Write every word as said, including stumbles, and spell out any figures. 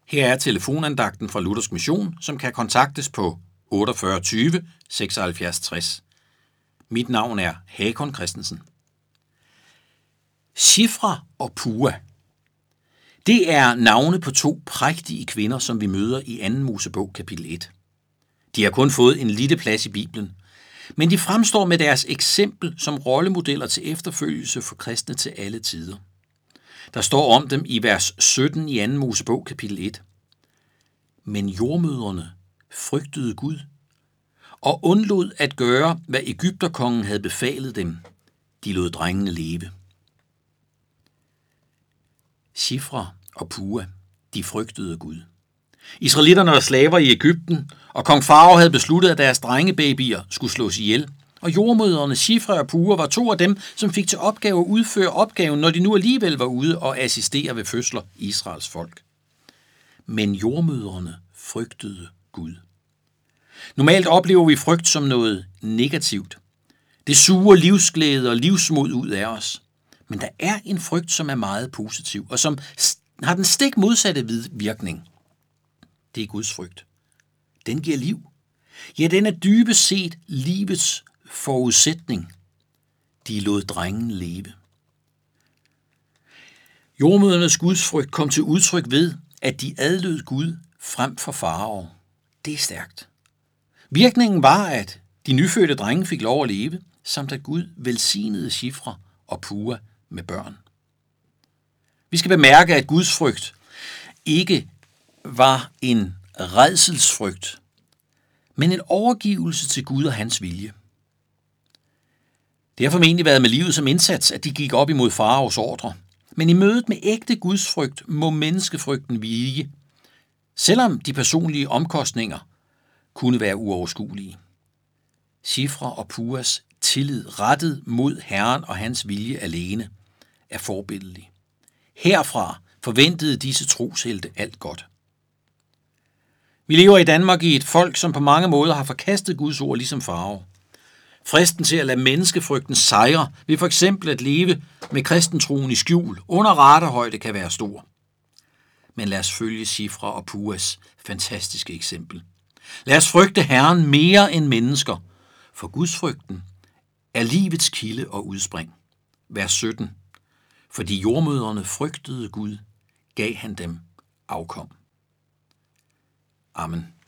Her er telefonandagten fra Luthersk Mission, som kan kontaktes på otteogfyrre tyve seksoghalvfjerds tres. Mit navn er Hakon Christensen. Shifra og Pua. Det er navne på to prægtige kvinder, som vi møder i anden Mosebog kapitel et. De har kun fået en lille plads i Bibelen, men de fremstår med deres eksempel som rollemodeller til efterfølgelse for kristne til alle tider. Der står om dem i vers sytten i anden Mosebog kapitel et. Men jordmødrene frygtede Gud og undlod at gøre, hvad Egypterkongen havde befalet dem. De lod drengene leve. Shifra og Pua, de frygtede Gud. Israelitterne var slaver i Egypten, og kong Farao havde besluttet, at deres drengebabyer skulle slås ihjel. Og jordmødrene Shifra og Pua var to af dem, som fik til opgave at udføre opgaven, når de nu alligevel var ude og assistere ved fødsler Israels folk. Men jordmødrene frygtede Gud. Normalt oplever vi frygt som noget negativt. Det suger livsglæde og livsmod ud af os. Men der er en frygt, som er meget positiv, og som har den stik modsatte virkning. Det er Guds frygt. Den giver liv. Ja, den er dybest set livets forudsætning. De lod drengen leve. Jordmødrenes gudsfrygt kom til udtryk ved, at de adlød Gud frem for Farao. Det er stærkt. Virkningen var, at de nyfødte drenge fik lov at leve, samt at Gud velsignede Shifra og Pua med børn. Vi skal bemærke, at Guds frygt ikke var en rædselsfrygt, men en overgivelse til Gud og hans vilje. Det har formentlig været med livet som indsats, at de gik op imod Faraos ordre. Men i mødet med ægte gudsfrygt må menneskefrygten vige, selvom de personlige omkostninger kunne være uoverskuelige. Shifra og Puas tillid rettet mod Herren og hans vilje alene er forbilledlig. Herfra forventede disse troshelte alt godt. Vi lever i Danmark i et folk, som på mange måder har forkastet Guds ord ligesom Farao. Fristen til at lade menneskefrygten sejre ved for eksempel at leve med kristentroen i skjul under radarhøjde kan være stor. Men lad os følge Shifra og Puas fantastiske eksempel. Lad os frygte Herren mere end mennesker, for gudsfrygten er livets kilde og udspring. Vers sytten. Fordi jordmødrene frygtede Gud, gav han dem afkom. Amen.